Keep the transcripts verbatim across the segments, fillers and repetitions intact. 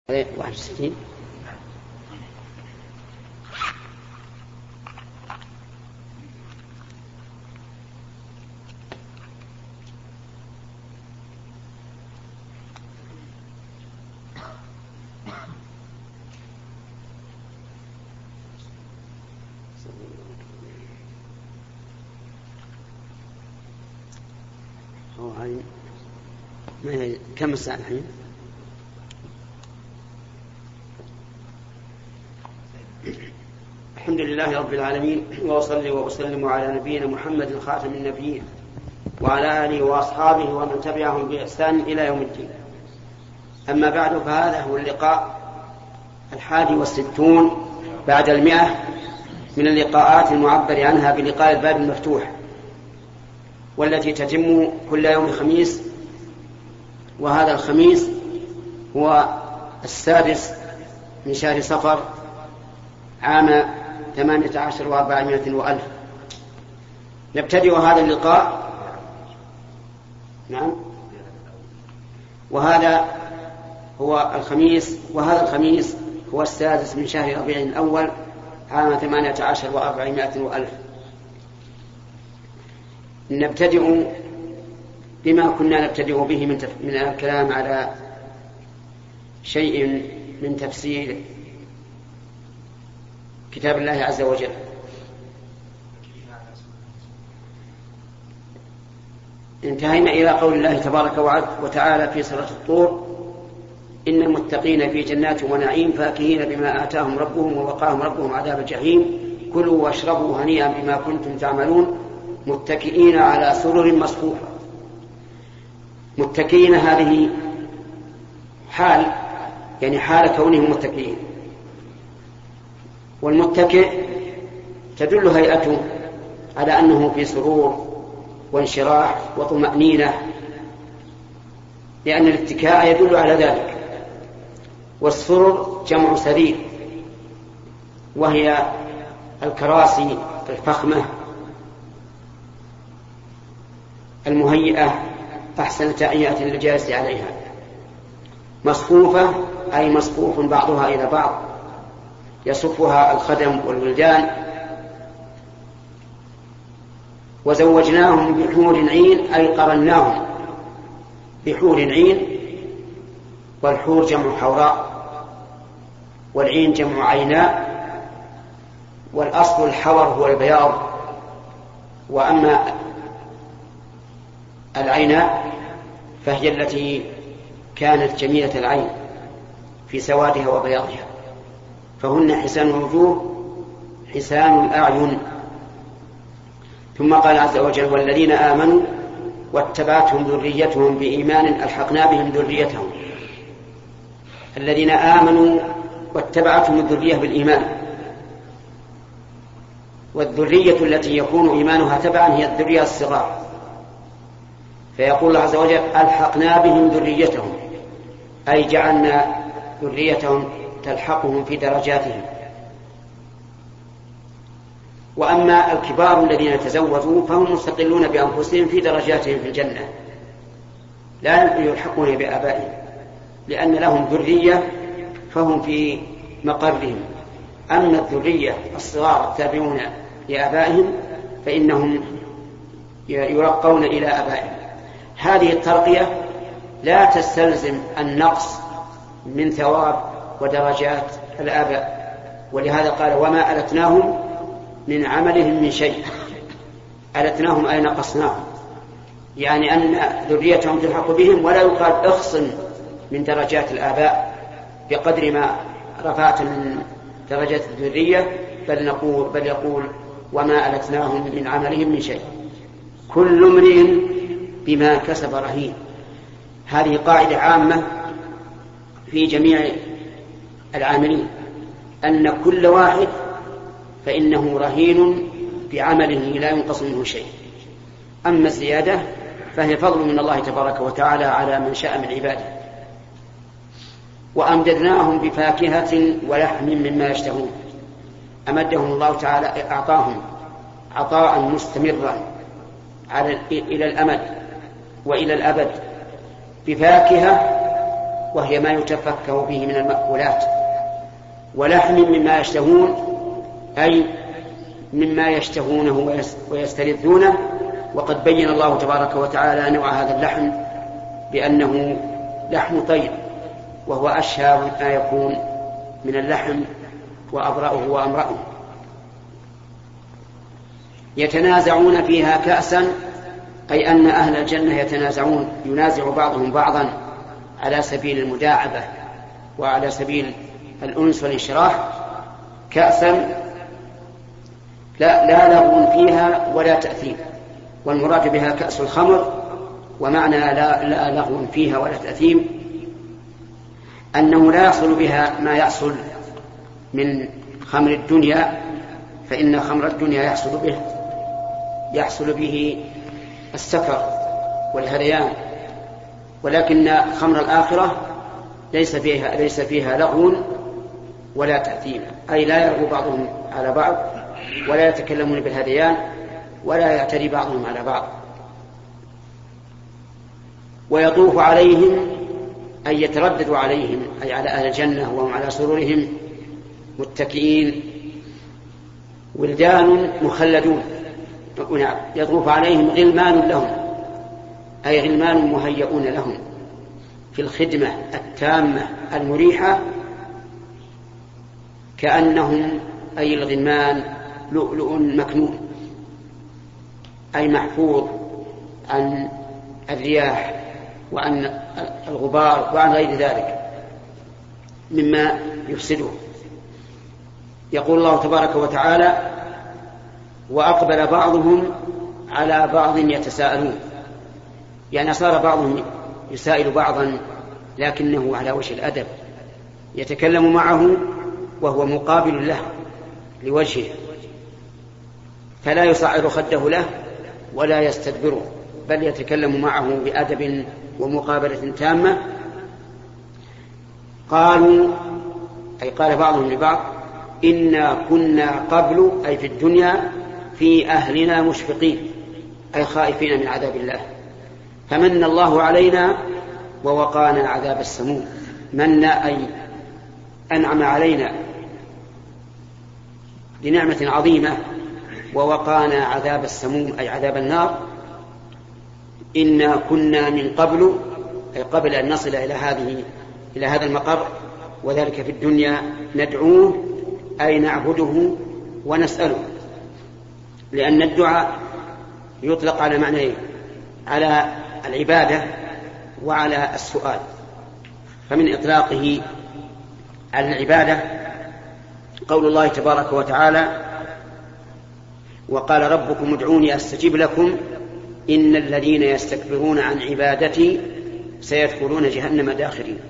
واحد وستين. كم الساعة الحين؟ الحمد لله رب العالمين، وأصلي وأسلم على نبينا محمد خاتم النبيين وعلى آله وأصحابه ومن تبعهم بإحسان إلى يوم الدين. أما بعد، فهذا هو اللقاء الحادي والستون بعد المئة من اللقاءات المعبر عنها بلقاء الباب المفتوح، والتي تتم كل يوم خميس، وهذا الخميس هو السادس من شهر صفر عام ثمانية عشر وأربعمائة وألف. نبتدئ هذا اللقاء نعم وهذا هو الخميس وهذا الخميس هو السادس من شهر ربيع الأول عام ثمانية عشر وأربعمائة وألف. نبتدئ بما كنا نبتدئ به من, تف... من الكلام على شيء من تفسير كتاب الله عز وجل. انتهينا إلى قول الله تبارك وتعالى في سورة الطور: إن المتقين في جنات ونعيم فاكهين بما آتاهم ربهم ووقاهم ربهم عذاب الجحيم كلوا واشربوا هنيئا بما كنتم تعملون متكئين على سرر مصفوفة. متكئين هذه حال، يعني حال كونهم متكئين، والمتكئ تدل هيئته على أنه في سرور وانشراح وطمأنينة، لأن الاتكاء يدل على ذلك. والسرر جمع سرير، وهي الكراسي الفخمة المهيئة أحسن تهيئة للجالس عليها. مصفوفة أي مصفوف بعضها إلى بعض، يصفها الخدم والولدان. وزوجناهم بحور عين أي قرناهم بحور عين، والحور جمع حوراء، والعين جمع عيناء، والأصل الحور هو البياض، وأما العيناء فهي التي كانت جميلة العين في سوادها وبياضها، فهن حسان الوجوه حسان الأعين. ثم قال عز وجل: والذين آمنوا واتبعتهم ذريتهم بإيمان ألحقنا بهم ذريتهم. الذين آمنوا واتبعتهم الذرية بالإيمان، والذرية التي يكون إيمانها تبعا هي الذرية الصغار، فيقول الله عز وجل: ألحقنا بهم ذريتهم، أي جعلنا ذريتهم تلحقهم في درجاتهم. وأما الكبار الذين تزوجوا فهم مستقلون بأنفسهم في درجاتهم في الجنة، لا يلحقون بآبائهم، لأن لهم ذرية فهم في مقرهم. أما الذرية الصغار التابعون لآبائهم فإنهم يرقون إلى آبائهم. هذه الترقية لا تستلزم النقص من ثواب ودرجات الآباء، ولهذا قال: وما ألتناهم من عملهم من شيء. ألتناهم أي نقصناهم، يعني أن ذريتهم تلحق بهم، ولا يقال اخصم من درجات الآباء بقدر ما رفعت من درجات الذرية، بل نقول بل يقول: وما ألتناهم من عملهم من شيء كل امرئ بما كسب رهين. هذه قاعدة عامة في جميع العاملين، أن كل واحد فإنه رهين بعمله لا ينقص منه شيء. أما الزيادة فهي فضل من الله تبارك وتعالى على من شاء من عباده. وأمددناهم بفاكهة ولحم مما يشتهون. أمدهم الله تعالى، أعطاهم عطاء مستمرا على إلى الأمد وإلى الأبد بفاكهة وهي ما يتفكه به من المأكولات، ولحم مما يشتهون أي مما يشتهونه ويستلذونه. وقد بين الله تبارك وتعالى نوع هذا اللحم بأنه لحم طير، وهو أشهى ما يكون من اللحم وأبرأه وأمرأه. يتنازعون فيها كأسا، أي أن أهل الجنة يتنازعون، ينازع بعضهم بعضا على سبيل المداعبة وعلى سبيل الأنس والانشراح. كأسا لا, لا لغو فيها ولا تأثيم، والمراد بها كأس الخمر. ومعنى لا, لا لغو فيها ولا تأثيم أنه لا يحصل بها ما يحصل من خمر الدنيا، فإن خمر الدنيا يحصل به يحصل به السكر والهذيان، ولكن خمر الآخرة ليس فيها ليس فيها لغو ولا تأثيم، أي لا يرغو بعضهم على بعض ولا يتكلمون بالهذيان ولا يعتدي بعضهم على بعض. ويطوف عليهم أي يتردد عليهم، أي على أهل الجنة وهم على سرورهم متكئين، ولدان مخلدون. يطوف عليهم غلمان لهم، أي غلمان مهيئون لهم في الخدمة التامة المريحة، كأنهم أي الغلمان لؤلؤ مكنون، أي محفوظ عن الرياح وعن الغبار وعن غير ذلك مما يفسده. يقول الله تبارك وتعالى: وأقبل بعضهم على بعض يتساءلون، يعني صار بعضهم يسائل بعضا لكنه على وجه الأدب، يتكلم معه وهو مقابل له لوجهه، فلا يصعر خده له ولا يستدبره، بل يتكلم معه بأدب ومقابلة تامة. قالوا أي قال بعضهم لبعض: إنا كنا قبل أي في الدنيا في أهلنا مشفقين، أي خائفين من عذاب الله، فمن الله علينا ووقانا عذاب السموم. من أي أنعم علينا لنعمة عظيمة، ووقانا عذاب السموم أي عذاب النار. إنا كنا من قبل أي قبل أن نصل إلى هذه إلى هذا المقر، وذلك في الدنيا، ندعوه أي نعبده ونسأله، لأن الدعاء يطلق على معنيين: على العبادة وعلى السؤال. فمن إطلاقه على العبادة قول الله تبارك وتعالى: وقال ربكم ادعوني أستجب لكم إن الذين يستكبرون عن عبادتي سيدخلون جهنم داخرين.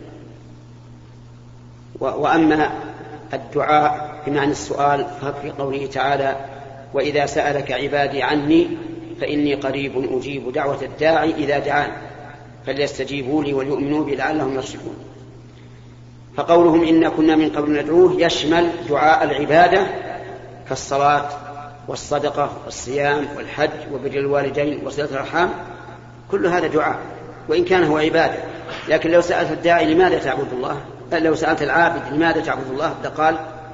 وأما الدعاء بمعنى السؤال ففي قوله تعالى: وإذا سألك عبادي عني فإني قريب أجيب دعوة الداعي إذا دعان فليستجيبوا لي وليؤمنوا بي لعلهم يرشدون. فقولهم إنا كنا من قبل ندعوه يشمل دعاء العبادة كالصلاة والصدقة والصيام والحج وبر الوالدين وصلة الأرحام، كل هذا دعاء وإن كان هو عبادة. لكن لو سألت الداعي لماذا تعبد الله، لو سألت العابد لماذا تعبد الله، لقال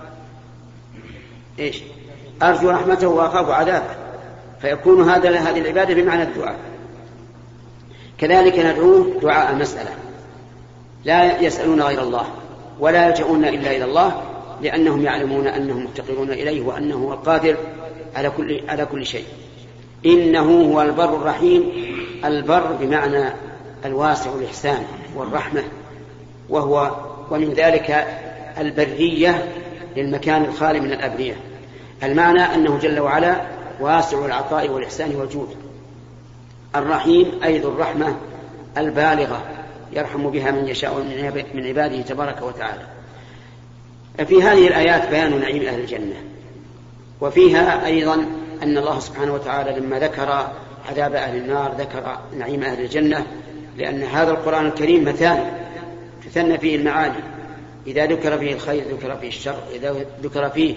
إيش؟ أرجو رحمته وأخاف عذابه، فيكون هذا هذه العبادة بمعنى الدعاء. كذلك ندعوه دعاء مسألة، لا يسألون غير الله ولا يلجؤون إلا إلى الله، لأنهم يعلمون أنهم مفتقرون إليه وأنه هو القادر على كل على كل شيء. إنه هو البر الرحيم. البر بمعنى الواسع الإحسان والرحمة، وهو ومن ذلك البرية للمكان الخالي من الأبرية. المعنى أنه جل وعلا واسع العطاء والإحسان والجود. الرحيم أي ذو الرحمة البالغة، يرحم بها من يشاء من عباده تبارك وتعالى. في هذه الآيات بيان نعيم أهل الجنة، وفيها أيضا أن الله سبحانه وتعالى لما ذكر عذاب أهل النار ذكر نعيم أهل الجنة، لأن هذا القرآن الكريم مثال تثنى فيه المعاني. إذا ذكر فيه الخير ذكر فيه الشر، إذا ذكر فيه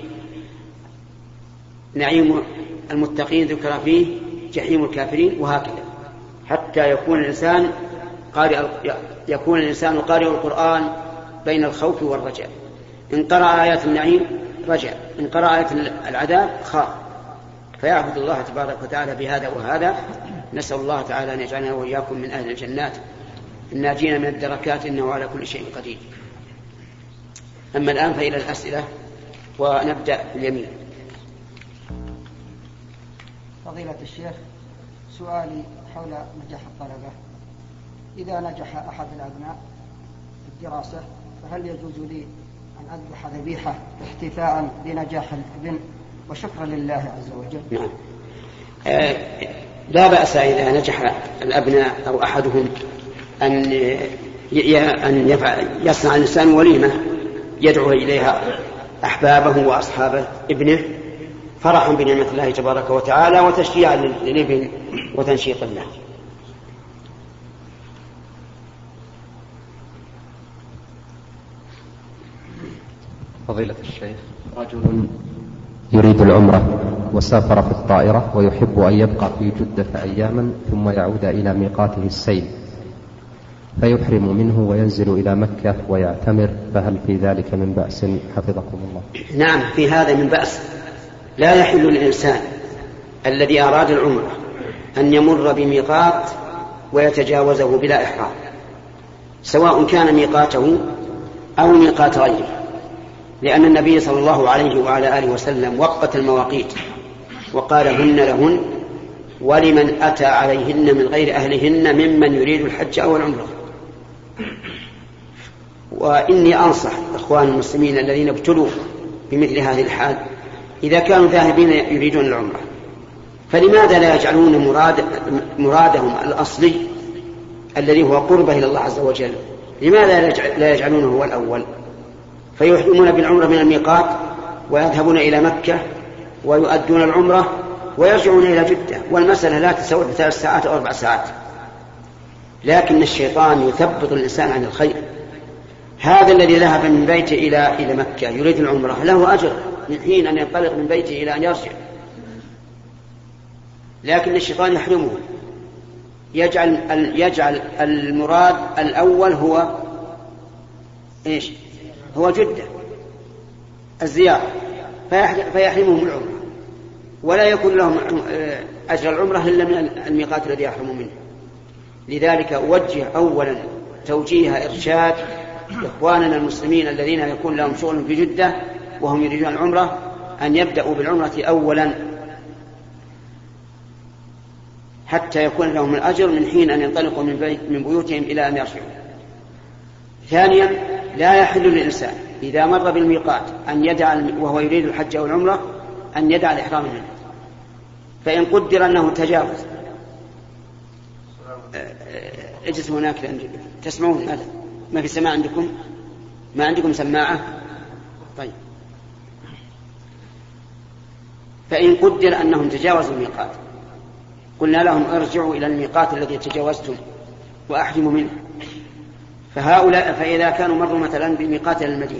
نعيم المتقين ذكر فيه جحيم الكافرين، وهكذا، حتى يكون الإنسان قارئ يكون الإنسان قارئ القرآن بين الخوف والرجاء. إن قرأ آيات النعيم رجع، إن قرأ آيات العذاب خاف، فيعبد الله تبارك وتعالى بهذا وهذا. نسأل الله تعالى أن يجعلنا وإياكم من أهل الجنات الناجين من الدركات، إنه على كل شيء قدير. أما الآن فإلى الأسئلة، ونبدأ باليمين. فضيلة الشيخ، سؤالي حول نجاح الطلبة. إذا نجح أحد الأبناء في الدراسة فهل يجوز لي أن أذبح ذبيحة احتفاء بنجاح الابن وشكرا لله عز وجل؟ نعم. آه لا بأس إذا نجح الأبناء أو أحدهم أن أن يصنع الإنسان وليمة يدعو إليها أحبابه وأصحاب ابنه فرحا بنعمة الله تبارك وتعالى وتشجيعا للابن وتنشيطا له. فضيلة الشيخ، رجل يريد العمرة وسافر في الطائرة ويحب أن يبقى في جدة أياما ثم يعود إلى ميقاته السيل، فيحرم منه وينزل إلى مكة ويعتمر، فهل في ذلك من بأس حفظكم الله؟ نعم، في هذا من بأس. لا يحل للإنسان الذي أراد العمرة أن يمر بميقات ويتجاوزه بلا إحرام، سواء كان ميقاته أو ميقات غيره، لأن النبي صلى الله عليه وعلى آله وسلم وقت المواقيت وقال هن لهن ولمن أتى عليهن من غير أهلهن ممن يريد الحج أو العمرة. وإني أنصح إخوان المسلمين الذين ابتلوا بمثل هذه الحال إذا كانوا ذاهبين يريدون العمرة فلماذا لا يجعلون مراد مرادهم الأصلي الذي هو قربه إلى الله عز وجل، لماذا لا يجعلونه هو الأول؟ فيحرمون بالعمرة من الميقات ويذهبون إلى مكة ويؤدون العمرة ويرجعون إلى جدة، والمسألة لا تسوى بثلاث ساعات أو أربع ساعات. لكن الشيطان يثبط الإنسان عن الخير. هذا الذي ذهب من بيته إلى إلى مكة يريد العمرة له أجر من حين أن ينطلق من بيته إلى أن يرجع، لكن الشيطان يحرمه، يجعل يجعل المراد الأول هو إيش؟ هو جدة الزيارة، فيحرمهم العمرة ولا يكون لهم أجر العمرة إلا من الميقات الذي يحرموا منه. لذلك أوجه أولا توجيه إرشاد إخواننا المسلمين الذين يكون لهم شغل في جدة وهم يريدون العمرة أن يبدأوا بالعمرة أولا حتى يكون لهم الأجر من حين أن ينطلقوا من, بيت من بيوتهم إلى أن يرجعوا. ثانيا، لا يحل للإنسان إذا مر بالميقات أن يدع وهو يريد الحج أو العمرة أن يدع الإحرام منه، فإن قدر أنه تجاوز. اجلس هناك تسمعون ماذا؟ ما في سماع عندكم؟ ما عندكم سماعة؟ طيب. فإن قدر أنهم تجاوزوا الميقات قلنا لهم ارجعوا إلى الميقات الذي تجاوزتم وأحرموا منه. فهؤلاء فإذا كانوا مروا مثلا بميقات المدينة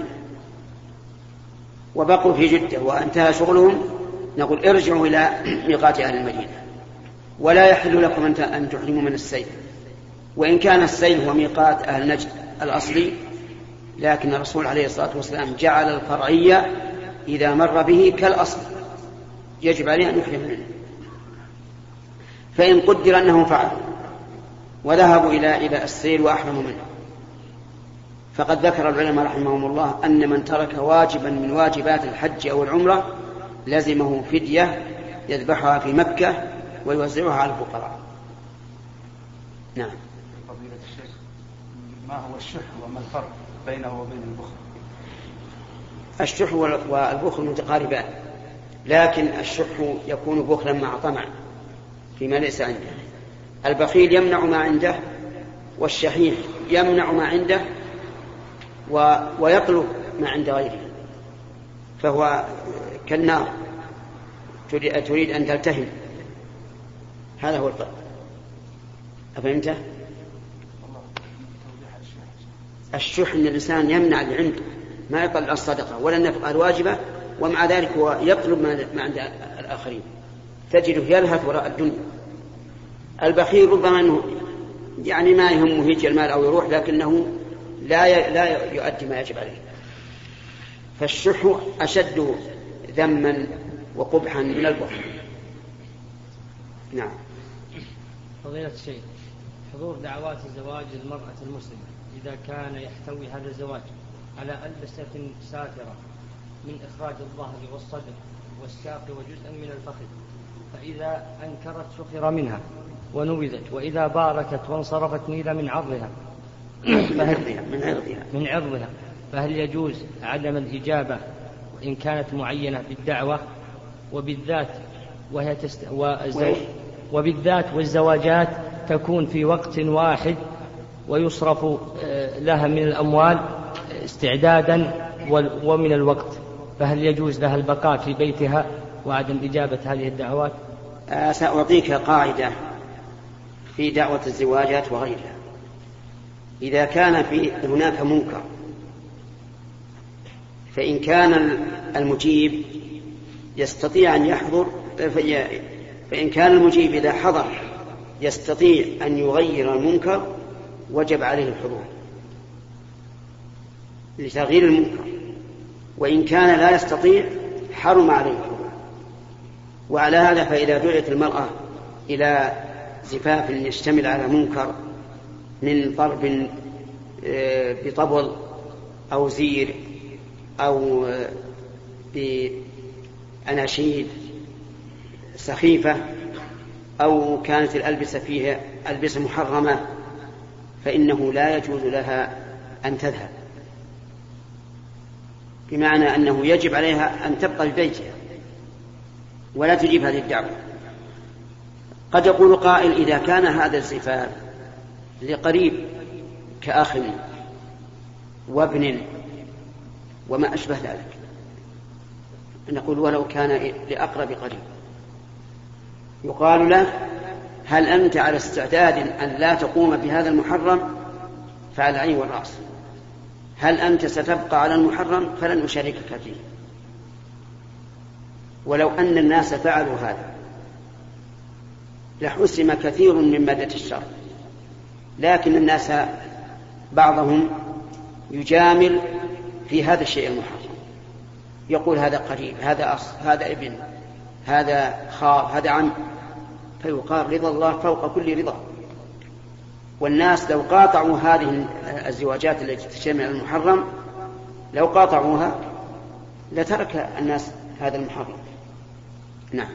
وبقوا في جدة وانتهى شغلهم نقول ارجعوا إلى ميقات أهل المدينة، ولا يحل لكم أن تحرموا من السيل، وإن كان السيل هو ميقات أهل نجد الأصلي، لكن الرسول عليه الصلاة والسلام جعل الفرعية إذا مر به كالأصل يجب عليه أن يحرم منه. فإن قدر أنهم فعلوا وذهبوا إلى إلى السيل وأحرموا منه فقد ذكر العلماء رحمهم الله أن من ترك واجبا من واجبات الحج أو العمرة لزمه فدية يذبحها في مكة ويوزعها على الفقراء. نعم. فضيلة الشيخ، ما هو الشح وما الفرق بينه وبين البخل؟ الشح والبخل متقاربان، لكن الشح يكون بخلا مع طمع فيما ليس عنده. البخيل يمنع ما عنده، والشحيح يمنع ما عنده ويطلب ما عند غيره، فهو كالنار تريد أن تلتهم. هذا هو الفرق. أفهمت؟ الشح أن الإنسان يمنع اللي عنده، ما يطلع الصدقة ولا النفقة الواجبة، ومع ذلك هو يطلب ما عند الآخرين، تجده يلهث وراء الدنيا. البخيل ربما أنه يعني ما يهمه يجي المال أو يروح، لكنه لا لا يؤدي ما يجب عليه. فالشح أشد ذما وقبحا من البخل. نعم. فضيلة الشيخ، حضور دعوات الزواج للمرأة المسلمة إذا كان يحتوي هذا الزواج على ألبسة ساترة من إخراج الظهر والصدر والساق وجزءا من الفخذ، فإذا أنكرت سخر منها ونبذت، وإذا باركت وانصرفت نيل من عرضها من عرضها من عرضها من عرضها فهل يجوز عدم الإجابة وإن كانت معينة بالدعوة؟ وبالذات وهي تست... والزو... وبالذات والزواجات تكون في وقت واحد ويصرف لها من الأموال استعدادا ومن الوقت، فهل يجوز لها البقاء في بيتها وعدم إجابة هذه الدعوات؟ سأعطيك قاعدة في دعوة الزواجات وغيرها. إذا كان في هناك منكر، فإن كان المجيب يستطيع أن يحضر، فإن كان المجيب إذا حضر يستطيع أن يغير المنكر وجب عليه الحضور لتغيير المنكر، وإن كان لا يستطيع حرم عليه الحضور. وعلى هذا فإذا دعت المرأة إلى زفاف يشتمل على منكر من ضرب بطبل أو زير أو بأناشيد سخيفة أو كانت الألبسة فيها ألبسة محرمة، فإنه لا يجوز لها أن تذهب، بمعنى أنه يجب عليها أن تبقى في بيتها ولا تجيب هذه الدعوة. قد يقول قائل إذا كان هذا الزفاف لقريب كأخ وابن وما أشبه ذلك، نقول ولو كان لأقرب قريب، يقال له هل أنت على استعداد أن لا تقوم بهذا المحرم؟ فعلى العين والرأس. هل أنت ستبقى على المحرم؟ فلن أشاركك فيه. ولو أن الناس فعلوا هذا لحسم كثير من مادة الشر، لكن الناس بعضهم يجامل في هذا الشيء المحرم، يقول هذا قريب، هذا أخ، هذا ابن، هذا خال، هذا عم، فيقال رضا الله فوق كل رضا. والناس لو قاطعوا هذه الزواجات التي تشمل المحرم، لو قاطعوها لترك الناس هذا المحرم. نعم.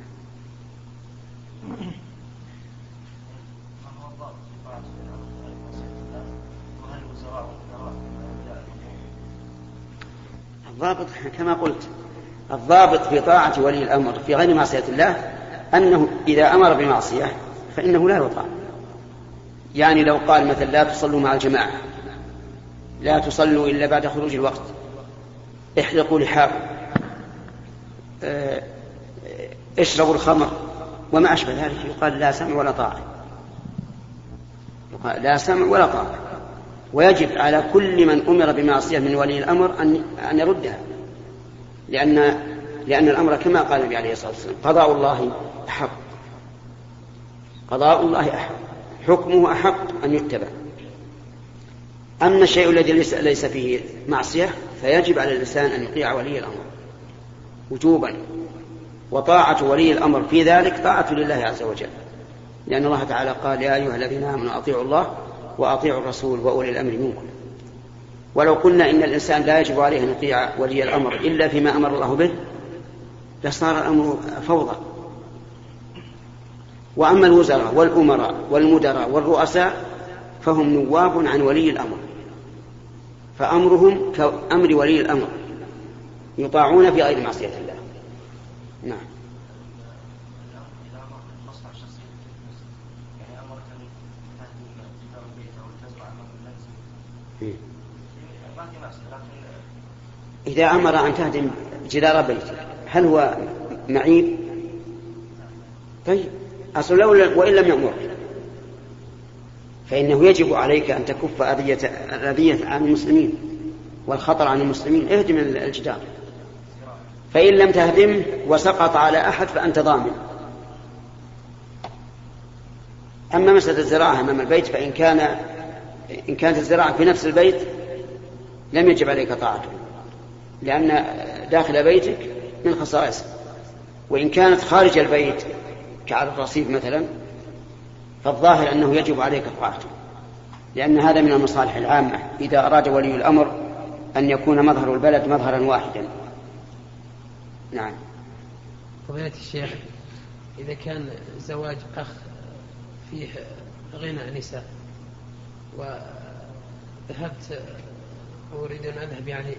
الضابط كما قلت، الضابط في طاعة ولي الأمر في غير معصية الله أنه إذا أمر بمعصية فإنه لا يطاع. يعني لو قال مثلا لا تصلوا مع الجماعة، لا تصلوا إلا بعد خروج الوقت، احرقوا لحاكم، اشربوا الخمر وما أشبه ذلك، يقال لا سمع ولا طاعة، يقال لا سمع ولا طاعة. ويجب على كل من أمر بمعصية من ولي الأمر أن يردها، لأن لأن الأمر كما قال النبي عليه الصلاة والسلام قضاء الله أحق، قضاء الله أحق، حكمه أحق أن يتبع. أما الشيء الذي ليس فيه معصية فيجب على الإنسان أن يطيع ولي الأمر وجوبا، وطاعة ولي الأمر في ذلك طاعة لله عز وجل، لأن الله تعالى قال يا أيها الذين آمنوا أطيعوا الله وأطيعوا الرسول وأولي الأمر منكم. ولو قلنا إن الإنسان لا يجب عليه أن يطيع ولي الأمر إلا فيما أمر الله به لصار الأمر فوضى. وأما الوزراء والأمراء والمدراء والرؤساء فهم نواب عن ولي الأمر، فأمرهم كأمر ولي الأمر، يطاعون في غير معصية الله. نعم. إذا أمر أن تهدم جدار بيته هل هو معيب؟ طيب أصل لو وإن لم يأمر فإنه يجب عليك أن تكف أذية عن المسلمين والخطر عن المسلمين. اهدم الجدار، فإن لم تهدمه وسقط على أحد فأنت ضامن. أما مسألة الزراعة أمام البيت فإن كان إن كانت الزراعة في نفس البيت لم يجب عليك طاعته، لأن داخل بيتك من خصائصه. وإن كانت خارج البيت كعلى الرصيف مثلا فالظاهر أنه يجب عليك طاعته، لأن هذا من المصالح العامة إذا أراد ولي الأمر أن يكون مظهر البلد مظهرا واحدا. نعم. فضيلة الشيخ، إذا كان زواج أخ فيه غنى نساء وذهبت أريد أن أذهب يعني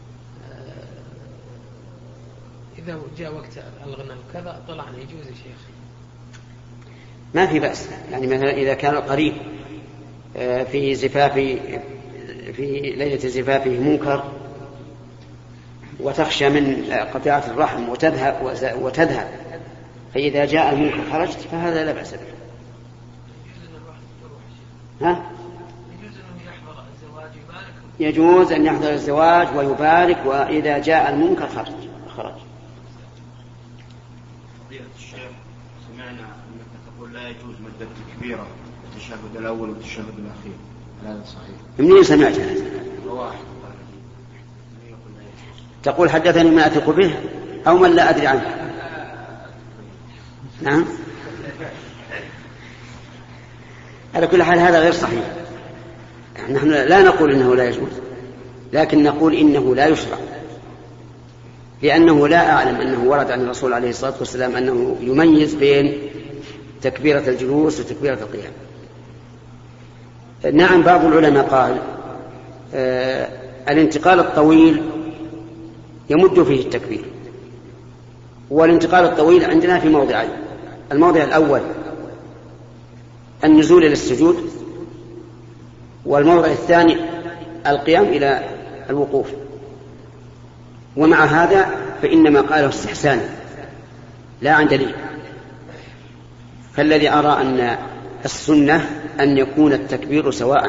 إذا جاء وقت الغنى وكذا طلعنا يجوز يا شيخ؟ ما في بأس، يعني مثلا إذا كان القريب في زفاف في ليلة زفافه منكر وتخشى من قطيعة الرحم وتذهب وتذهب فإذا جاء المنكر خرجت فهذا لا بأس به. ها؟ يجوز أن يحضر الزواج ويبارك، وإذا جاء المنكر خرج خرج. فضيلة الشيخ، سمعنا أنك تقول لا يجوز مدة كبيرة التشهد الأول والتشهد الأخير، هذا صحيح؟ منين سمعت هذا؟ تقول حدثني من أثق به أو من لا أدري عنه؟ نعم. على كل حال هذا غير صحيح. نحن لا نقول إنه لا يجوز، لكن نقول إنه لا يشرع، لأنه لا أعلم أنه ورد عن الرسول عليه الصلاة والسلام أنه يميز بين تكبيرة الجلوس وتكبيرة القيام. نعم، بعض العلماء قال آه الانتقال الطويل يمد فيه التكبير، والانتقال الطويل عندنا في موضعين: الموضع الأول النزول إلى السجود، والموضع الثاني القيام إلى الوقوف. ومع هذا فإنما قاله استحسانا لا عن دليل، فالذي أرى أن السنة أن يكون التكبير سواء.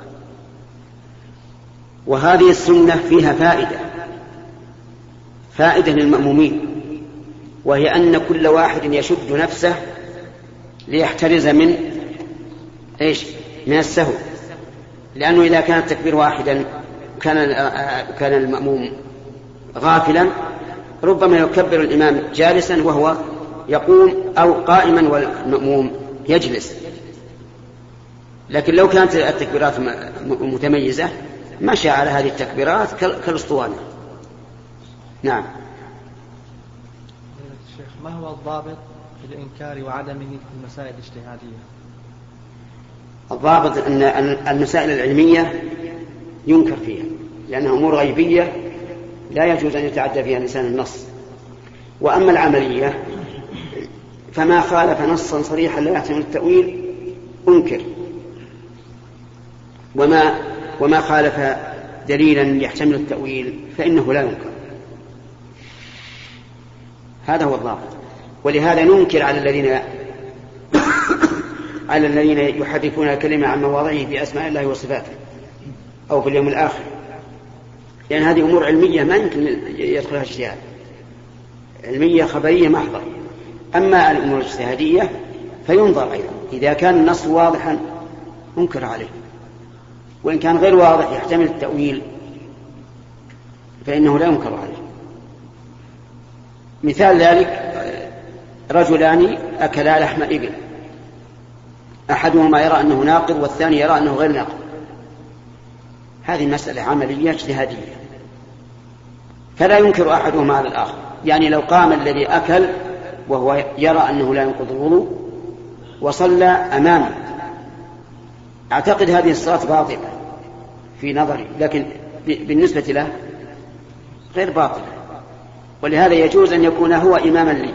وهذه السنة فيها فائدة فائدة للمأمومين، وهي أن كل واحد يشد نفسه ليحترز من إيش؟ من السهو، لأنه إذا كان التكبير واحدا كان كان المأموم غافلا ربما يكبر الإمام جالسا وهو يقوم، أو قائما والمأموم يجلس. لكن لو كانت التكبيرات متميزة مشى على هذه التكبيرات كالأسطوانة. نعم. الشيخ، ما هو الضابط في الإنكار وعدمه في المسائل الاجتهادية؟ الضابط أن المسائل العلمية ينكر فيها، لأنها أمور غيبية لا يجوز أن يتعدى فيها لسان النص. وأما العملية فما خالف نصا صريحا لا يحتمل التأويل أنكر، وما وما خالف دليلا يحتمل التأويل فإنه لا ينكر. هذا هو الضابط. ولهذا ننكر على الذين على الذين يحرفون الكلمة عن مواضعه في أسماء الله وصفاته أو في اليوم الآخر، لأن هذه أمور علمية ما يمكن يدخلها اجتهاد، علمية خبرية محضة. أما الأمور الاجتهادية فينظر أيضا، إذا كان النص واضحا منكر عليه، وإن كان غير واضح يحتمل التأويل فإنه لا ينكر عليه. مثال ذلك رجلان أكلا لحم إبل، أحدهما يرى أنه ناقض والثاني يرى أنه غير ناقض. هذه مسألة عملية اجتهادية، فلا ينكر أحدهما على الآخر. يعني لو قام الذي أكل وهو يرى أنه لا ينقض الوضوء وصلى أمامه، أعتقد هذه الصلاة باطلة في نظري، لكن بالنسبة له غير باطلة. ولهذا يجوز أن يكون هو إماما لي،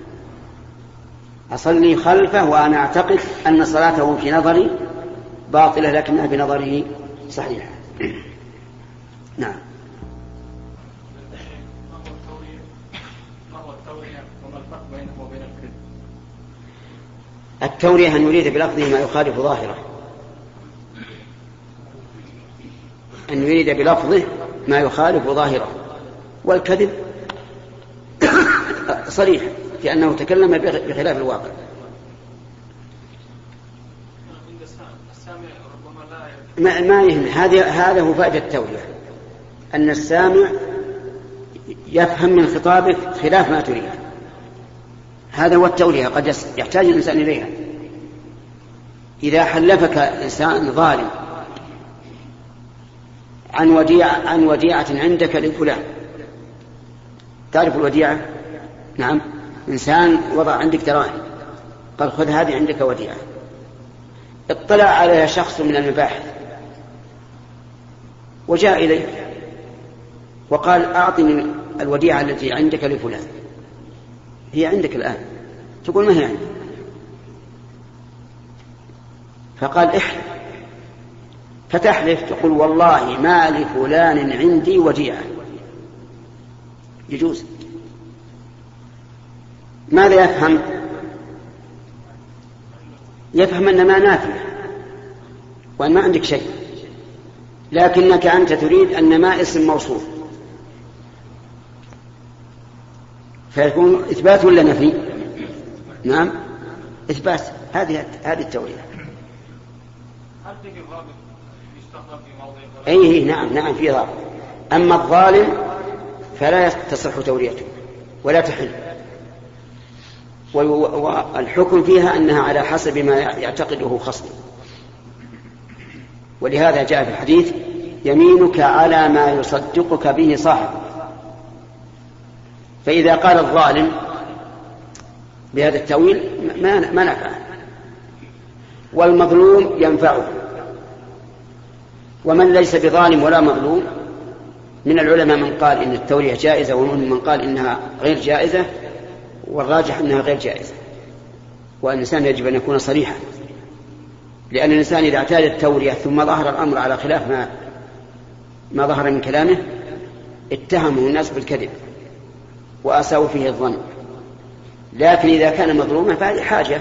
أصلي خلفه وأنا أعتقد أن صلاته في نظري باطلة لكنها في نظره صحيحة. نعم. التورية أن يريد بلفظه ما يخالف ظاهره، أن يريد بلفظه ما يخالف ظاهره، والكذب صريح في أنه تكلم بخلاف الواقع. ما, ما يهم. هذا هذا هو فائدة التوعية، أن السامع يفهم من خطابك خلاف ما تريد. هذا هو التوعية، قد يحتاج الإنسان إليها. إذا حلفك إنسان ظالم عن وديعة عن وديعة عندك لفلان، تعرف الوديعة؟ نعم، إنسان وضع عندك دراهم قال خذ هذه عندك وديعة، اطلع عليها شخص من المباحث وجاء إليك وقال أعطني الوديعة التي عندك لفلان، هي عندك الآن، تقول ما هي عندي، فقال احلف، فتحلف تقول والله ما لفلان عندي وديعة، يجوز. ماذا يفهم؟ يفهم أن ما نافية وأن ما عندك شيء، لكنك أنت تريد أن ما اسم موصوف، فيكون إثبات ولا نفي؟ نعم إثبات. هذه هذه التورية. أي نعم نعم في ضابط. أما الظالم فلا تصح توريته ولا تحل، والحكم فيها أنها على حسب ما يعتقده خصمه. ولهذا جاء في الحديث يمينك على ما يصدقك به صاحبك. فإذا قال الظالم بهذا التأويل ما ما نفعه، والمظلوم ينفعه. ومن ليس بظالم ولا مظلوم من العلماء من قال إن التورية جائزة، ومن من قال إنها غير جائزة، والراجح أنها غير جائزة، وأن الإنسان يجب أن يكون صريحا، لأن الإنسان إذا اعتاد التورية ثم ظهر الأمر على خلاف ما ما ظهر من كلامه اتهمه الناس بالكذب وأساءوا فيه الظن. لكن إذا كان مظلوما فهذه حاجة،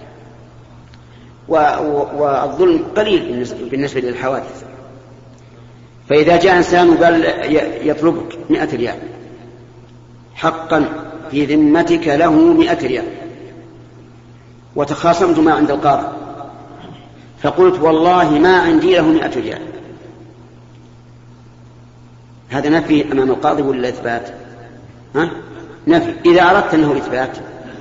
والظلم قليل بالنسبة للحوادث. فإذا جاء إنسان وقال يطلبك مئة ريال حقا في ذمتك له مئة ريال، وتخاصمت ما عند القاضي فقلت والله ما عندي له مئة ريال، هذا نفي أمام القاضي ولا إثبات؟ ها؟ نفي. إذا أردت أنه إثبات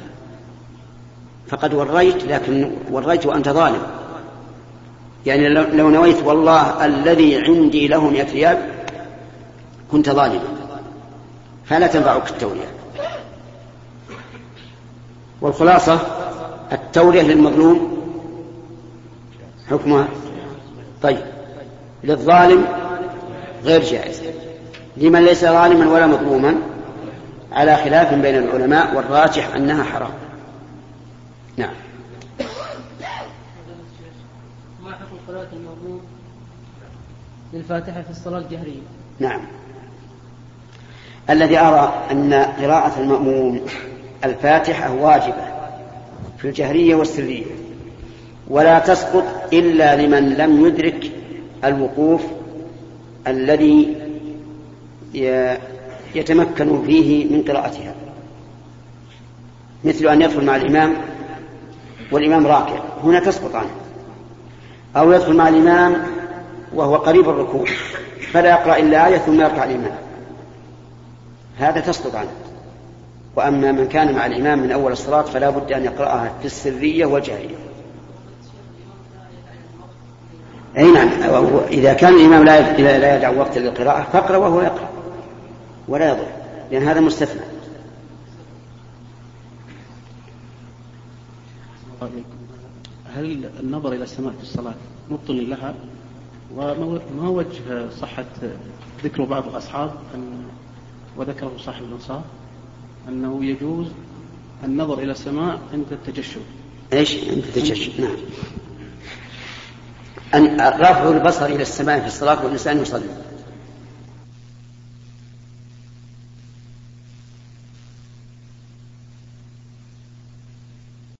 فقد وريت، لكن وريت وأنت ظالم. يعني لو نويت والله الذي عندي له مئة ريال كنت ظالما، فلا تنفعك التورية. والخلاصة التورية للمظلوم حكمها طيب، للظالم غير جائز، لمن ليس ظالما ولا مظلوما على خلاف بين العلماء، والراجح أنها حرام. نعم. ما حكم قراءة المأموم للفاتحة في الصلاة الجهرية؟ نعم، الذي أرى أن قراءة المأموم الفاتحة واجبة في الجهرية والسرية، ولا تسقط إلا لمن لم يدرك الوقوف الذي يتمكن فيه من قراءتها، مثل أن يدخل مع الإمام والإمام راكع، هنا تسقط عنه، أو يدخل مع الإمام وهو قريب الركوع فلا يقرأ إلا آية ثم يركع الإمام، هذا تسقط عنه. وأما من كان مع الإمام من أول الصلاة فلا بد أن يقرأها في السرية والجهرية. أي نعم، إذا كان الإمام لا يدع وقت للقراءة فاقرأ وهو يقرأ ولا يضر، لأن هذا مستثنى. هل النظر إلى السماء في الصلاة مبطل لها؟ وما وجه صحة ذكر بعض الأصحاب أن وذكره صاحب الإنصاف أنه يجوز النظر إلى السماء عند التجشد؟ إيش عند التجشد؟ نعم، أن رفع البصر إلى السماء في الصلاة والإنسان يصلي.